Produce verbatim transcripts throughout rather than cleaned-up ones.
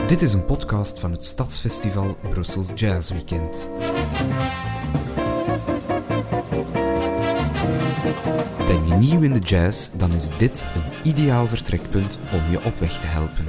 Dit is een podcast van het Stadsfestival Brussels Jazz Weekend. Ben je nieuw in de jazz, dan is dit een ideaal vertrekpunt om je op weg te helpen.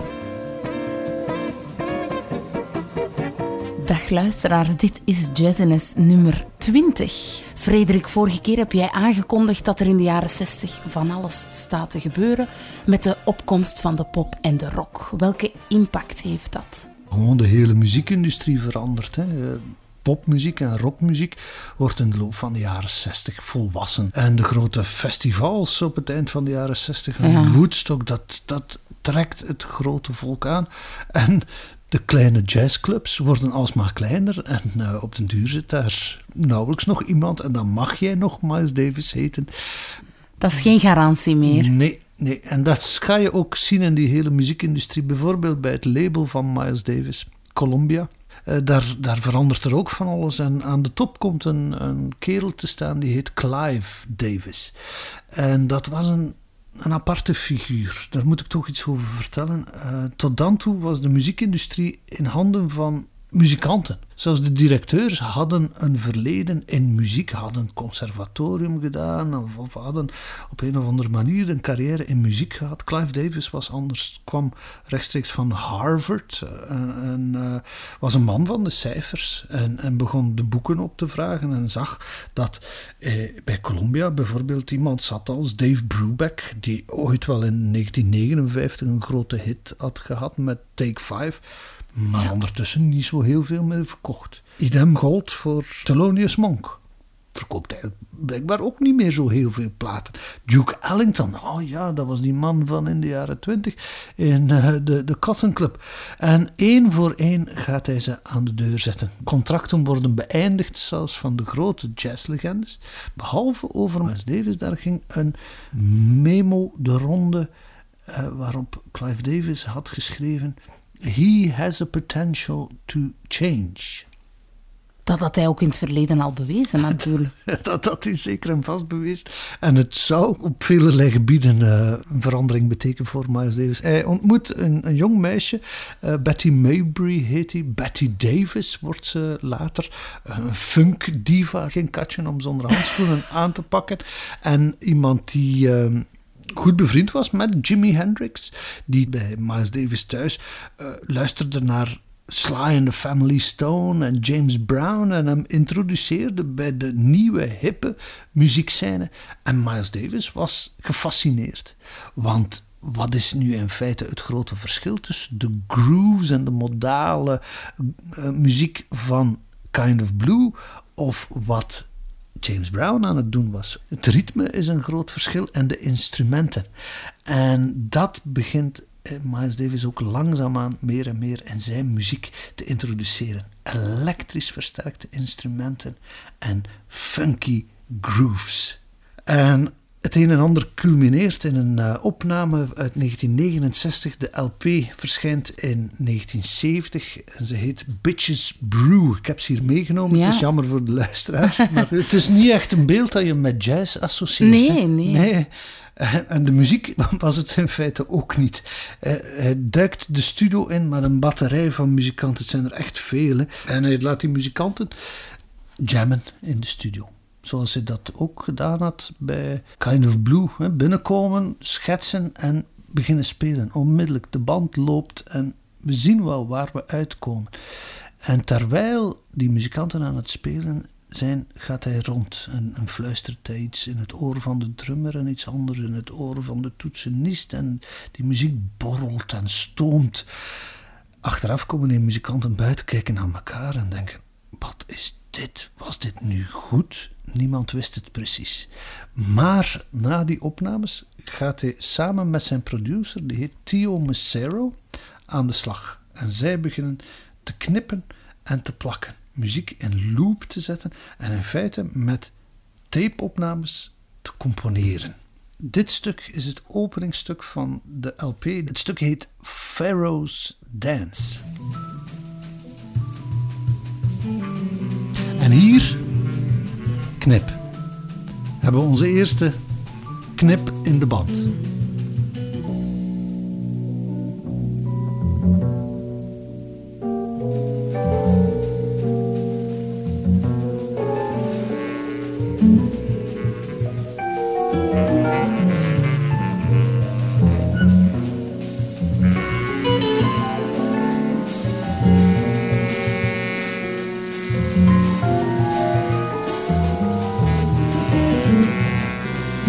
Dag luisteraars, dit is Jazziness nummer twintig. Frederik, vorige keer heb jij aangekondigd dat er in de jaren zestig van alles staat te gebeuren met de opkomst van de pop en de rock. Welke impact heeft dat? Gewoon de hele muziekindustrie veranderd, hè. Popmuziek en rockmuziek wordt in de loop van de jaren zestig volwassen. En de grote festivals op het eind van de jaren zestig, ja. Woodstock, dat, dat trekt het grote volk aan. En de kleine jazzclubs worden alsmaar kleiner en uh, op den duur zit daar nauwelijks nog iemand en dan mag jij nog Miles Davis heten. Dat is geen garantie meer. Nee, nee. En dat ga je ook zien in die hele muziekindustrie. Bijvoorbeeld bij het label van Miles Davis, Columbia. Uh, daar, daar verandert er ook van alles. En aan de top komt een, een kerel te staan die heet Clive Davis. En dat was een Een aparte figuur, daar moet ik toch iets over vertellen. Uh, tot dan toe was de muziekindustrie in handen van muzikanten. Zelfs de directeurs hadden een verleden in muziek, hadden een conservatorium gedaan of, of hadden op een of andere manier een carrière in muziek gehad. Clive Davis was anders, kwam rechtstreeks van Harvard uh, en uh, was een man van de cijfers en, en begon de boeken op te vragen en zag dat eh, bij Columbia bijvoorbeeld iemand zat als Dave Brubeck, die ooit wel in negentien negenenvijftig een grote hit had gehad met Take Five, maar ja. ondertussen niet zo heel veel meer verkocht. Idem gold voor Thelonious Monk. Verkoopt eigenlijk blijkbaar ook niet meer zo heel veel platen. Duke Ellington, oh ja, dat was die man van in de jaren twintig in uh, de, de Cotton Club. En één voor één gaat hij ze aan de deur zetten. Contracten worden beëindigd zelfs van de grote jazzlegendes. Behalve over Miles Davis, daar ging een memo de ronde uh, waarop Clive Davis had geschreven: He has a potential to change. Dat had hij ook in het verleden al bewezen, natuurlijk. dat had hij zeker en vast bewezen. En het zou op velerlei gebieden uh, een verandering betekenen voor Miles Davis. Hij ontmoet een, een jong meisje, uh, Betty Maybury heet hij. Betty Davis wordt ze later. Een funk diva, geen katje om zonder handschoenen aan te pakken. En iemand die Uh, goed bevriend was met Jimi Hendrix, die bij Miles Davis thuis uh, luisterde naar Sly and the Family Stone en James Brown en hem introduceerde bij de nieuwe, hippe muziekscène. En Miles Davis was gefascineerd. Want wat is nu in feite het grote verschil tussen de grooves en de modale uh, muziek van Kind of Blue of wat James Brown aan het doen was? Het ritme is een groot verschil en de instrumenten. En dat begint Miles Davis ook langzaamaan meer en meer in zijn muziek te introduceren. Elektrisch versterkte instrumenten en funky grooves. En het een en ander culmineert in een uh, opname uit negentien negenenzestig. De L P verschijnt in negentien zeventig en ze heet Bitches Brew. Ik heb ze hier meegenomen. Ja. Het is jammer voor de luisteraars, maar het is niet echt een beeld dat je met jazz associeert. Nee, hè? nee. nee. En de muziek was het in feite ook niet. Hij duikt de studio in met een batterij van muzikanten. Het zijn er echt vele. En hij laat die muzikanten jammen in de studio. Zoals hij dat ook gedaan had bij Kind of Blue. Binnenkomen, schetsen en beginnen spelen. Onmiddellijk, de band loopt en we zien wel waar we uitkomen. En terwijl die muzikanten aan het spelen zijn, gaat hij rond en, en fluistert hij iets in het oor van de drummer en iets anders in het oor van de toetsenist. En die muziek borrelt en stoomt. Achteraf komen die muzikanten buiten, kijken naar elkaar en denken: wat is dit? Was dit nu goed? Niemand wist het precies. Maar na die opnames gaat hij samen met zijn producer, die heet Theo Macero, aan de slag. En zij beginnen te knippen en te plakken. Muziek in loop te zetten en in feite met tapeopnames te componeren. Dit stuk is het openingsstuk van de L P. Het stuk heet Pharaoh's Dance. En hier, knip, hebben we onze eerste knip in de band.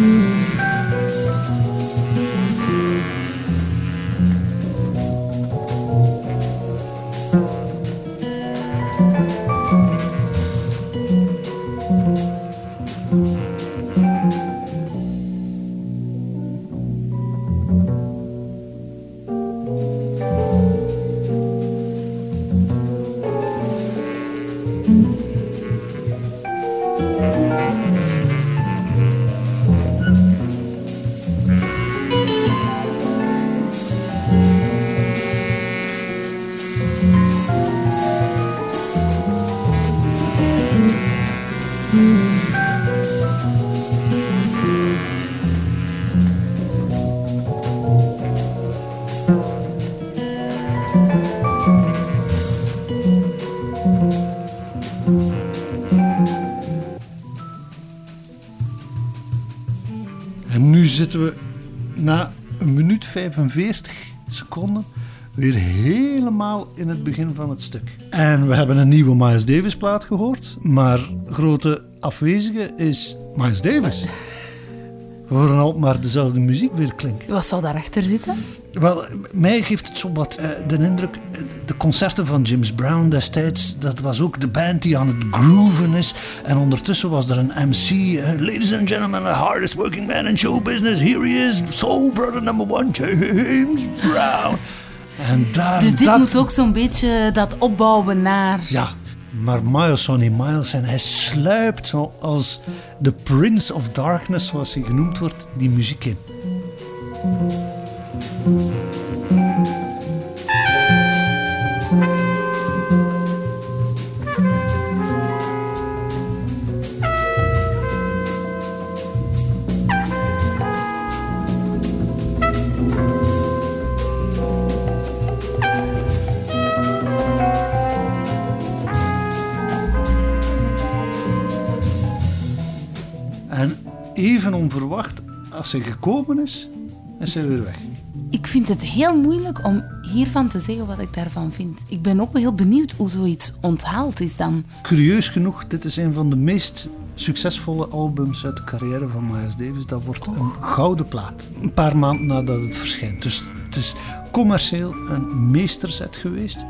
En nu zitten we na een minuut vijfenveertig seconden weer helemaal in het begin van het stuk. En we hebben een nieuwe Miles Davis plaat gehoord, maar grote afwezige is Miles Davis. We horen al maar dezelfde muziek weer klinken. Wat zal daarachter zitten? Wel, mij geeft het zo wat uh, de indruk, uh, de concerten van James Brown destijds, dat was ook de band die aan het grooven is. En ondertussen was er een M C, uh, ladies and gentlemen, the hardest working man in show business, here he is, soul brother number one, James Brown. En daar, dus dit dat, moet ook zo'n beetje dat opbouwen naar... Ja, maar Miles, Sonny Miles, en hij sluipt zoals de Prince of Darkness, zoals hij genoemd wordt, die muziek in. En even onverwacht, als ze gekomen is, is ze weer weg. Ik vind het heel moeilijk om hiervan te zeggen wat ik daarvan vind. Ik ben ook heel benieuwd hoe zoiets onthaald is dan. Curieus genoeg, dit is een van de meest succesvolle albums uit de carrière van Miles Davis. Dat wordt een gouden plaat. Een paar maanden nadat het verschijnt. Dus het is commercieel een meesterzet geweest.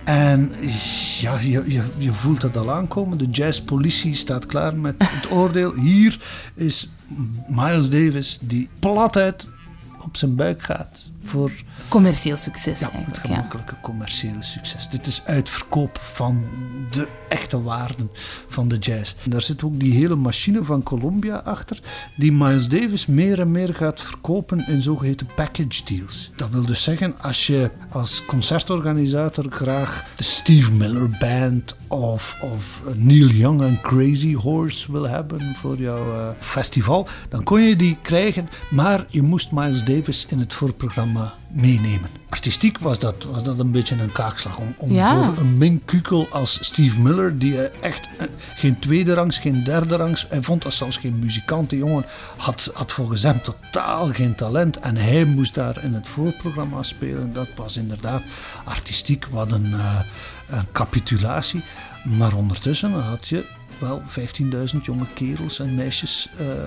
En ja, je, je, je voelt het al aankomen. De jazzpolitie staat klaar met het oordeel. Hier is Miles Davis die plat uit op zijn buik gaat voor... Commercieel succes ja, eigenlijk. het gemakkelijke ja. commerciële succes. Dit is uitverkoop van de echte waarden van de jazz. En daar zit ook die hele machine van Columbia achter, die Miles Davis meer en meer gaat verkopen in zogeheten package deals. Dat wil dus zeggen, als je als concertorganisator graag de Steve Miller Band of, of Neil Young en Crazy Horse wil hebben voor jouw uh, festival, dan kon je die krijgen, maar je moest Miles Davis in het voorprogramma meenemen. Artistiek was dat, was dat een beetje een kaakslag. Om, om ja. voor een minkukel als Steve Miller, die uh, echt uh, geen tweede rangs, geen derde rangs, hij vond dat zelfs geen muzikant, die jongen had, had volgens hem totaal geen talent en hij moest daar in het voorprogramma spelen. Dat was inderdaad artistiek wat een, uh, een capitulatie. Maar ondertussen had je wel vijftienduizend jonge kerels en meisjes uh, uh,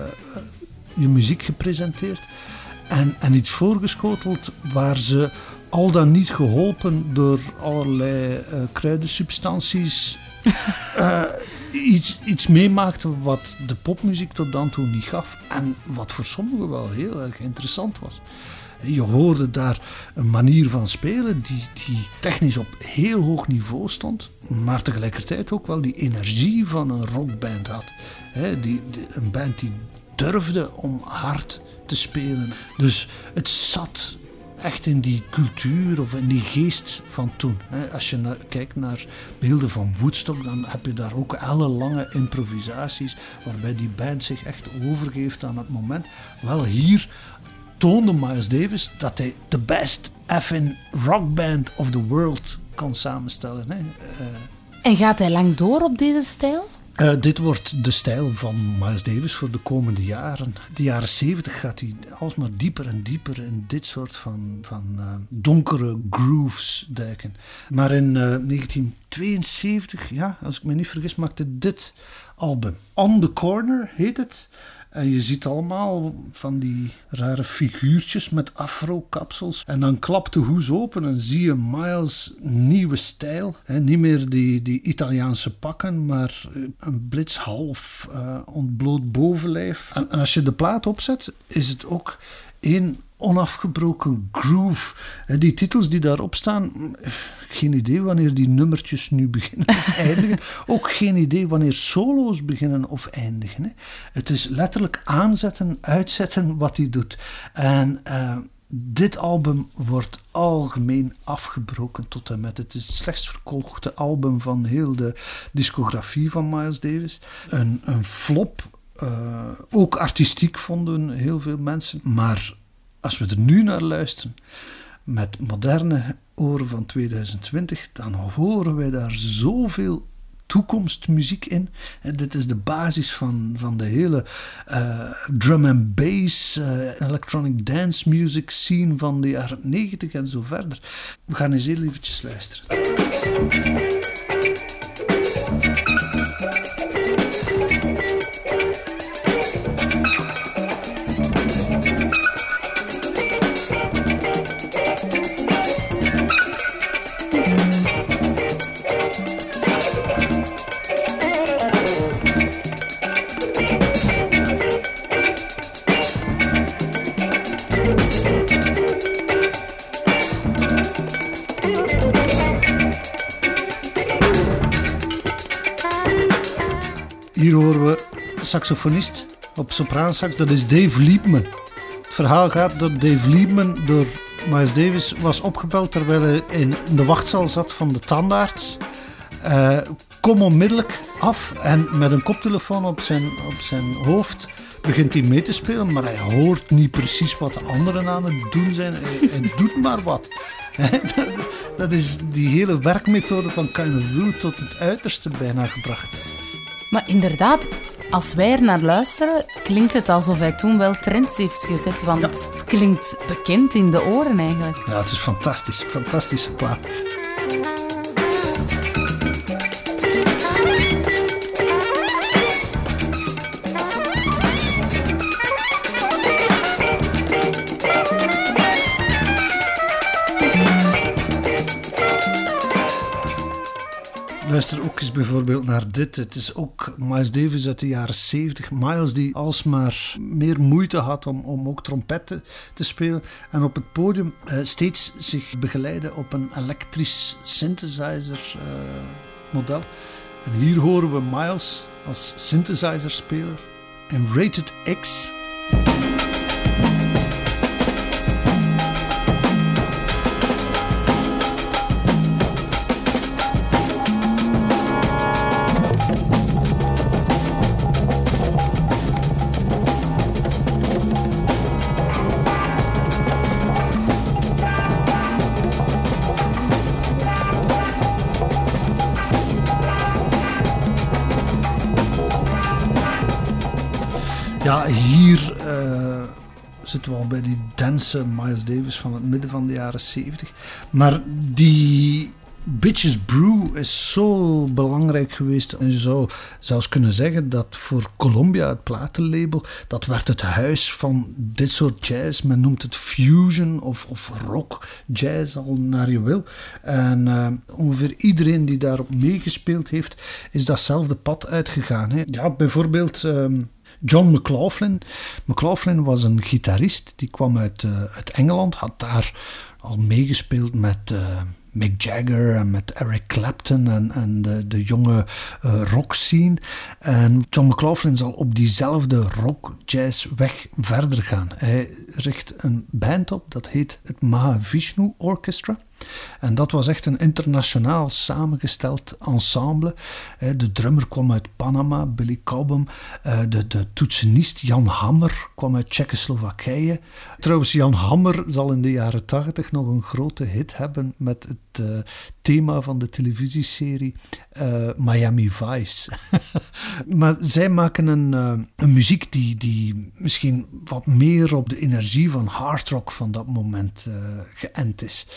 je muziek gepresenteerd. En, en iets voorgeschoteld waar ze al dan niet geholpen door allerlei uh, kruidensubstanties uh, iets, iets meemaakten wat de popmuziek tot dan toe niet gaf. En wat voor sommigen wel heel erg interessant was. Je hoorde daar een manier van spelen die, die technisch op heel hoog niveau stond, maar tegelijkertijd ook wel die energie van een rockband had. He, die, die, een band die durfde om hard te spelen. Dus het zat echt in die cultuur of in die geest van toen. Als je naar, kijkt naar beelden van Woodstock, dan heb je daar ook ellenlange improvisaties waarbij die band zich echt overgeeft aan het moment. Wel, hier toonde Miles Davis dat hij de best effing rockband of the world kan samenstellen. Hè. Uh, en gaat hij lang door op deze stijl? Uh, dit wordt de stijl van Miles Davis voor de komende jaren. De jaren zeventig gaat hij alsmaar dieper en dieper in dit soort van, van uh, donkere grooves duiken. Maar in uh, negentien tweeënzeventig, ja, als ik me niet vergis, maakte dit album. On the Corner heet het. En je ziet allemaal van die rare figuurtjes met afro-kapsels. En dan klapt de hoes open en zie je Miles' nieuwe stijl. He, niet meer die, die Italiaanse pakken, maar een blitshalf uh, ontbloot bovenlijf. En, en als je de plaat opzet, is het ook één onafgebroken groove. He, die titels die daarop staan, geen idee wanneer die nummertjes nu beginnen of eindigen. Ook geen idee wanneer solo's beginnen of eindigen. He. Het is letterlijk aanzetten, uitzetten wat hij doet. En uh, dit album wordt algemeen afgebroken tot en met. Het is het slechtst verkochte album van heel de discografie van Miles Davis. Een, een flop. Uh, ook artistiek vonden heel veel mensen. Maar als we er nu naar luisteren, met moderne oren van tweeduizend twintig, dan horen wij daar zoveel toekomstmuziek in. En dit is de basis van, van de hele uh, drum and bass, uh, electronic dance music scene van de jaren negentig en zo verder. We gaan eens heel eventjes luisteren. Hier horen we saxofonist op sopraansax, dat is Dave Liebman. Het verhaal gaat dat Dave Liebman door Miles Davis was opgebeld terwijl hij in de wachtzaal zat van de tandarts. Uh, kom onmiddellijk af en met een koptelefoon op zijn, op zijn hoofd begint hij mee te spelen, maar hij hoort niet precies wat de anderen aan het doen zijn. Hij, hij doet maar wat. Dat is die hele werkmethode van Kind of Blue tot het uiterste bijna gebracht. Maar inderdaad, als wij er naar luisteren, klinkt het alsof hij toen wel trends heeft gezet. Want ja. Het klinkt bekend in de oren eigenlijk. Ja, het is fantastisch. Fantastische plaat. Luister ook eens bijvoorbeeld naar dit. Het is ook Miles Davis uit de jaren zeventig. Miles die alsmaar meer moeite had om, om ook trompet te, te spelen. En op het podium uh, steeds zich begeleiden op een elektrisch synthesizer uh, model. En hier horen we Miles als synthesizer speler in Rated X. Ja, hier uh, zitten we al bij die dense Miles Davis van het midden van de jaren zeventig. Maar die Bitches Brew is zo belangrijk geweest. En je zou zelfs kunnen zeggen dat voor Columbia, het platenlabel, dat werd het huis van dit soort jazz. Men noemt het fusion of, of rock jazz, al naar je wil. En uh, ongeveer iedereen die daarop meegespeeld heeft, is datzelfde pad uitgegaan. Hè. Ja, bijvoorbeeld Um, John McLaughlin. McLaughlin was een gitarist, die kwam uit, uh, uit Engeland, had daar al meegespeeld met uh, Mick Jagger en met Eric Clapton en, en de, de jonge uh, rock scene. En John McLaughlin zal op diezelfde rock-jazz weg verder gaan. Hij richt een band op, dat heet het Mahavishnu Orchestra. En dat was echt een internationaal samengesteld ensemble. De drummer kwam uit Panama, Billy Cobham. De, de toetsenist Jan Hammer kwam uit Tsjechoslowakije. Trouwens, Jan Hammer zal in de jaren tachtig nog een grote hit hebben met het uh, thema van de televisieserie uh, Miami Vice. Maar zij maken een, uh, een muziek die, die misschien wat meer op de energie van hardrock van dat moment uh, geënt is. Het is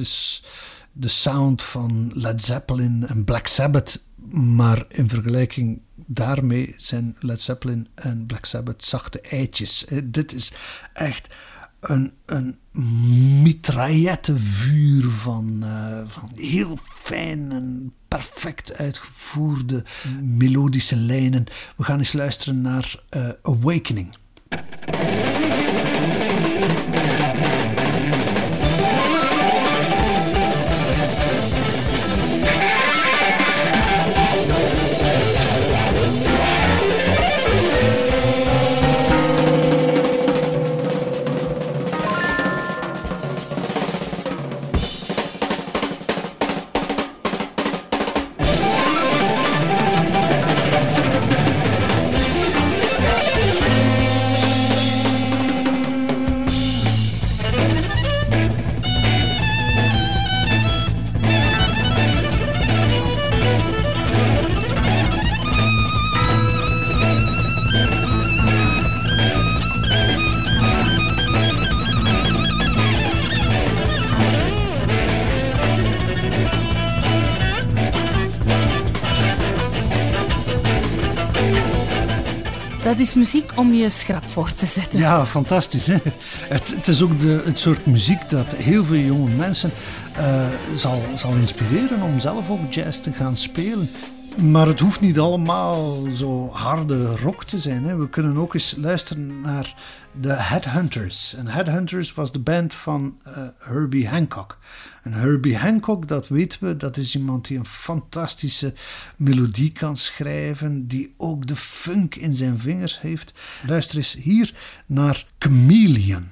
is de sound van Led Zeppelin en Black Sabbath. Maar in vergelijking daarmee zijn Led Zeppelin en Black Sabbath zachte eitjes. Dit is echt een, een mitraillettenvuur van, uh, van heel fijn en perfect uitgevoerde melodische lijnen. We gaan eens luisteren naar uh, Awakening. Dat is muziek om je schrap voor te zetten. Ja, fantastisch. Hè? Het, het is ook de, het soort muziek dat heel veel jonge mensen uh, zal, zal inspireren om zelf ook jazz te gaan spelen. Maar het hoeft niet allemaal zo harde rock te zijn. Hè? We kunnen ook eens luisteren naar de Headhunters. En Headhunters was de band van uh, Herbie Hancock. En Herbie Hancock, dat weten we, dat is iemand die een fantastische melodie kan schrijven, die ook de funk in zijn vingers heeft. Luister eens hier naar Chameleon.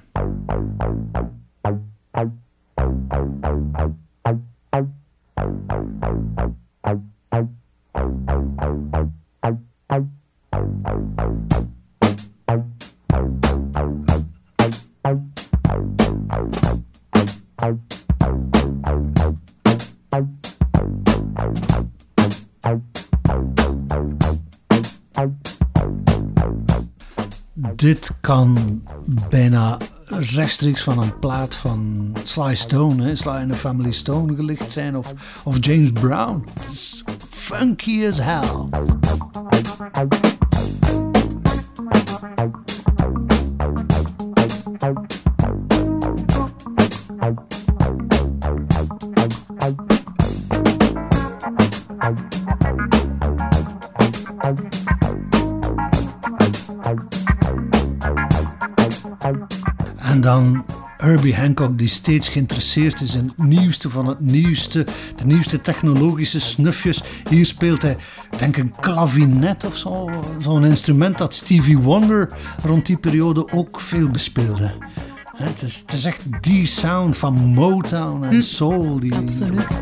Dit kan bijna rechtstreeks van een plaat van Sly Stone, hè, Sly and the Family Stone gelicht zijn, of, of James Brown. Het is funky as hell. En dan Herbie Hancock, die steeds geïnteresseerd is in het nieuwste van het nieuwste, de nieuwste technologische snufjes. Hier speelt hij, denk ik, een klavinet of zo, zo'n instrument dat Stevie Wonder rond die periode ook veel bespeelde. Het is, het is echt die sound van Motown en soul. Die... Absoluut.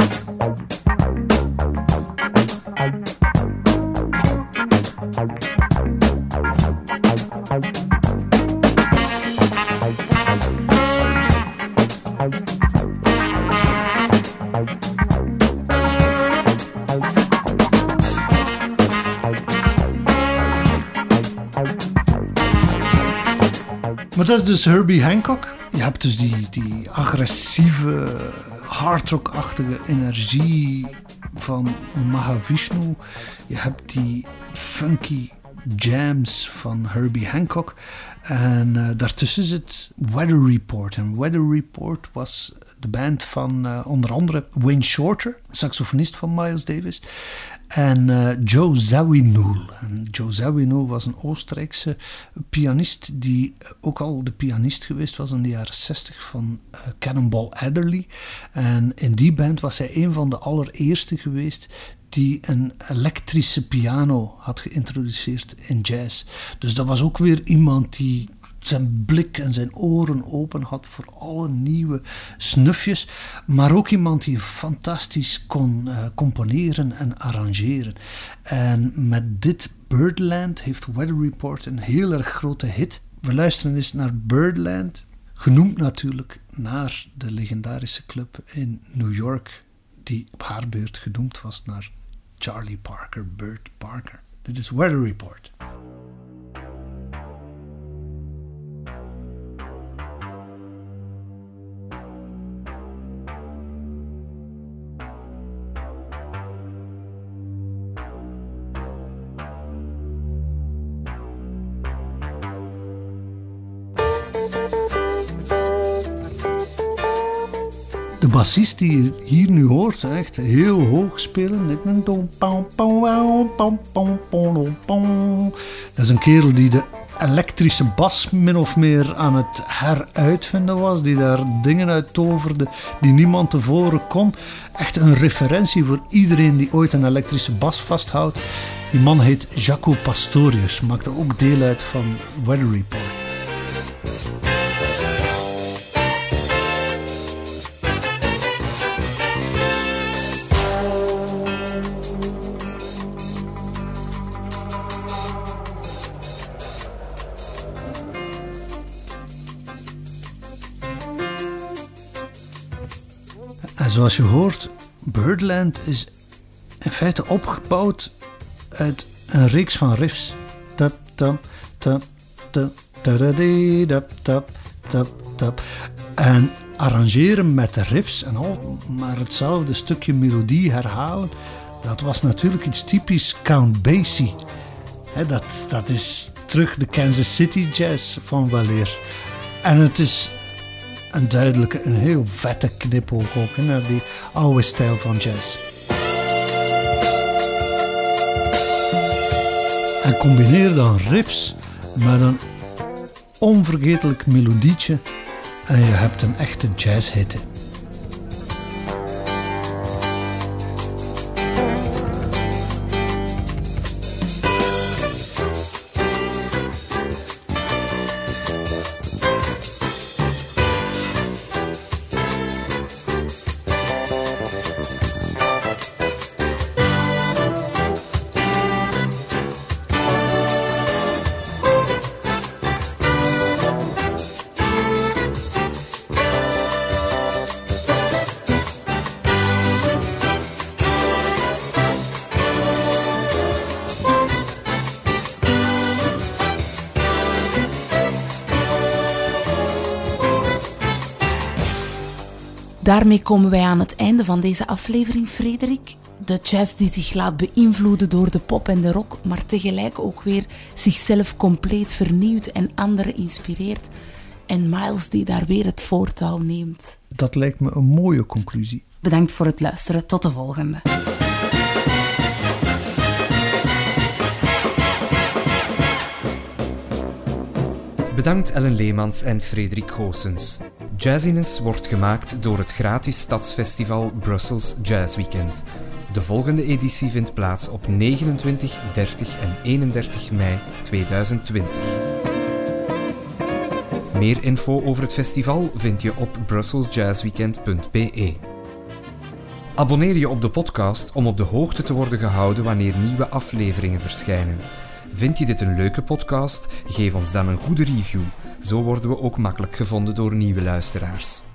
Maar dat is dus Herbie Hancock. Je hebt dus die, die agressieve, hardrock-achtige energie van Mahavishnu. Je hebt die funky jams van Herbie Hancock. En uh, daartussen zit Weather Report. En Weather Report was de band van uh, onder andere Wayne Shorter, saxofonist van Miles Davis. En uh, Joe Zawinul. En Joe Zawinul was een Oostenrijkse pianist die ook al de pianist geweest was in de jaren zestig van uh, Cannonball Adderley. En in die band was hij een van de allereerste geweest die een elektrische piano had geïntroduceerd in jazz. Dus dat was ook weer iemand die zijn blik en zijn oren open had voor alle nieuwe snufjes, maar ook iemand die fantastisch kon uh, componeren en arrangeren. En met dit Birdland heeft Weather Report een heel erg grote hit. We luisteren eens naar Birdland, genoemd natuurlijk naar de legendarische club in New York, die op haar beurt genoemd was naar Charlie Parker, Burt Parker. Dit is Weather Report. De bassist die je hier nu hoort, echt heel hoog spelen. Dat is een kerel die de elektrische bas min of meer aan het heruitvinden was, die daar dingen uit toverde die niemand tevoren kon. Echt een referentie voor iedereen die ooit een elektrische bas vasthoudt. Die man heet Jaco Pastorius, maakte ook deel uit van Weather Report. En zoals je hoort, Birdland is in feite opgebouwd uit een reeks van riffs. Tap, tap, tap, tap, tadadee, tap, tap, tap, tap. En arrangeren met de riffs en al maar hetzelfde stukje melodie herhalen, dat was natuurlijk iets typisch Count Basie. He, dat, dat is terug de Kansas City jazz van weleer. En het is een duidelijke, een heel vette knipoog ook naar die oude stijl van jazz. En combineer dan riffs met een onvergetelijk melodietje en je hebt een echte jazzhit. Daarmee komen wij aan het einde van deze aflevering, Frederik. De jazz die zich laat beïnvloeden door de pop en de rock, maar tegelijk ook weer zichzelf compleet vernieuwt en anderen inspireert. En Miles die daar weer het voortouw neemt. Dat lijkt me een mooie conclusie. Bedankt voor het luisteren. Tot de volgende. Bedankt Ellen Leemans en Frederik Goossens. Jazziness wordt gemaakt door het gratis stadsfestival Brussels Jazz Weekend. De volgende editie vindt plaats op negenentwintig, dertig en eenendertig mei tweeduizend twintig. Meer info over het festival vind je op brussels jazz weekend punt b e. Abonneer je op de podcast om op de hoogte te worden gehouden wanneer nieuwe afleveringen verschijnen. Vind je dit een leuke podcast? Geef ons dan een goede review. Zo worden we ook makkelijk gevonden door nieuwe luisteraars.